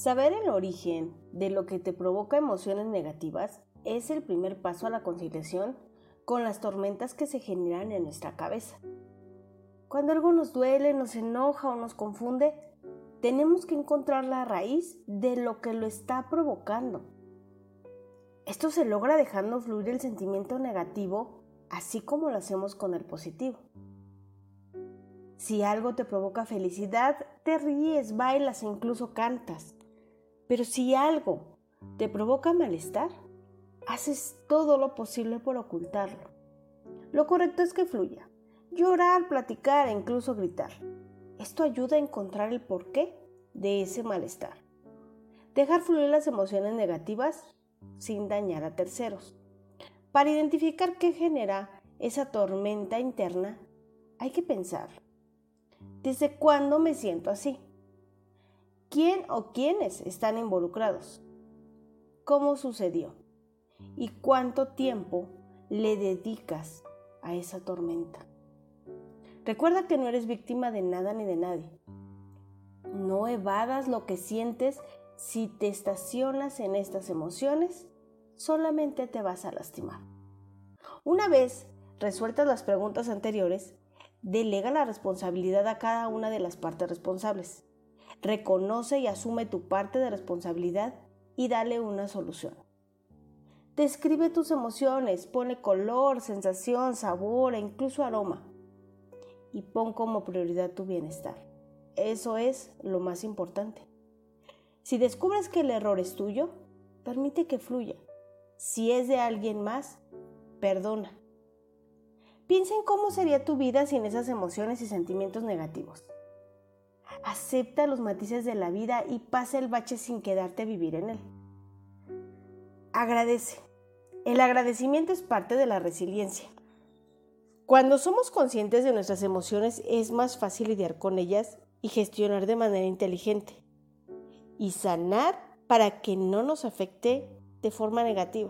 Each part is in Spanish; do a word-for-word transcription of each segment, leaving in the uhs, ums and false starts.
Saber el origen de lo que te provoca emociones negativas es el primer paso a la conciliación con las tormentas que se generan en nuestra cabeza. Cuando algo nos duele, nos enoja o nos confunde, tenemos que encontrar la raíz de lo que lo está provocando. Esto se logra dejando fluir el sentimiento negativo, así como lo hacemos con el positivo. Si algo te provoca felicidad, te ríes, bailas e incluso cantas. Pero si algo te provoca malestar, haces todo lo posible por ocultarlo. Lo correcto es que fluya. Llorar, platicar e incluso gritar. Esto ayuda a encontrar el porqué de ese malestar. Dejar fluir las emociones negativas sin dañar a terceros. Para identificar qué genera esa tormenta interna, hay que pensar: ¿desde cuándo me siento así? ¿Quién o quiénes están involucrados? ¿Cómo sucedió? ¿Y cuánto tiempo le dedicas a esa tormenta? Recuerda que no eres víctima de nada ni de nadie. No evadas lo que sientes. Si te estacionas en estas emociones, solamente te vas a lastimar. Una vez resueltas las preguntas anteriores, delega la responsabilidad a cada una de las partes responsables. Reconoce y asume tu parte de responsabilidad y dale una solución. Describe tus emociones, pone color, sensación, sabor e incluso aroma. Y pon como prioridad tu bienestar. Eso es lo más importante. Si descubres que el error es tuyo, permite que fluya. Si es de alguien más, perdona. Piensa en cómo sería tu vida sin esas emociones y sentimientos negativos. Acepta los matices de la vida y pasa el bache sin quedarte a vivir en él. Agradece. El agradecimiento es parte de la resiliencia. Cuando somos conscientes de nuestras emociones, es más fácil lidiar con ellas y gestionar de manera inteligente y sanar para que no nos afecte de forma negativa.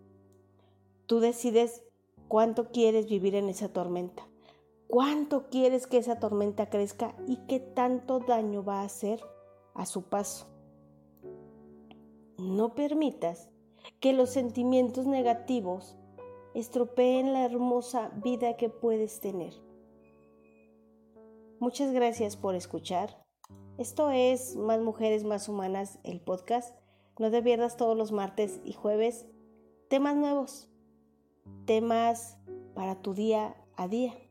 Tú decides cuánto quieres vivir en esa tormenta, cuánto quieres que esa tormenta crezca y qué tanto daño va a hacer a su paso. No permitas que los sentimientos negativos estropeen la hermosa vida que puedes tener. Muchas gracias por escuchar. Esto es Más Mujeres, Más Humanas, el podcast. No te pierdas todos los martes y jueves temas nuevos, temas para tu día a día.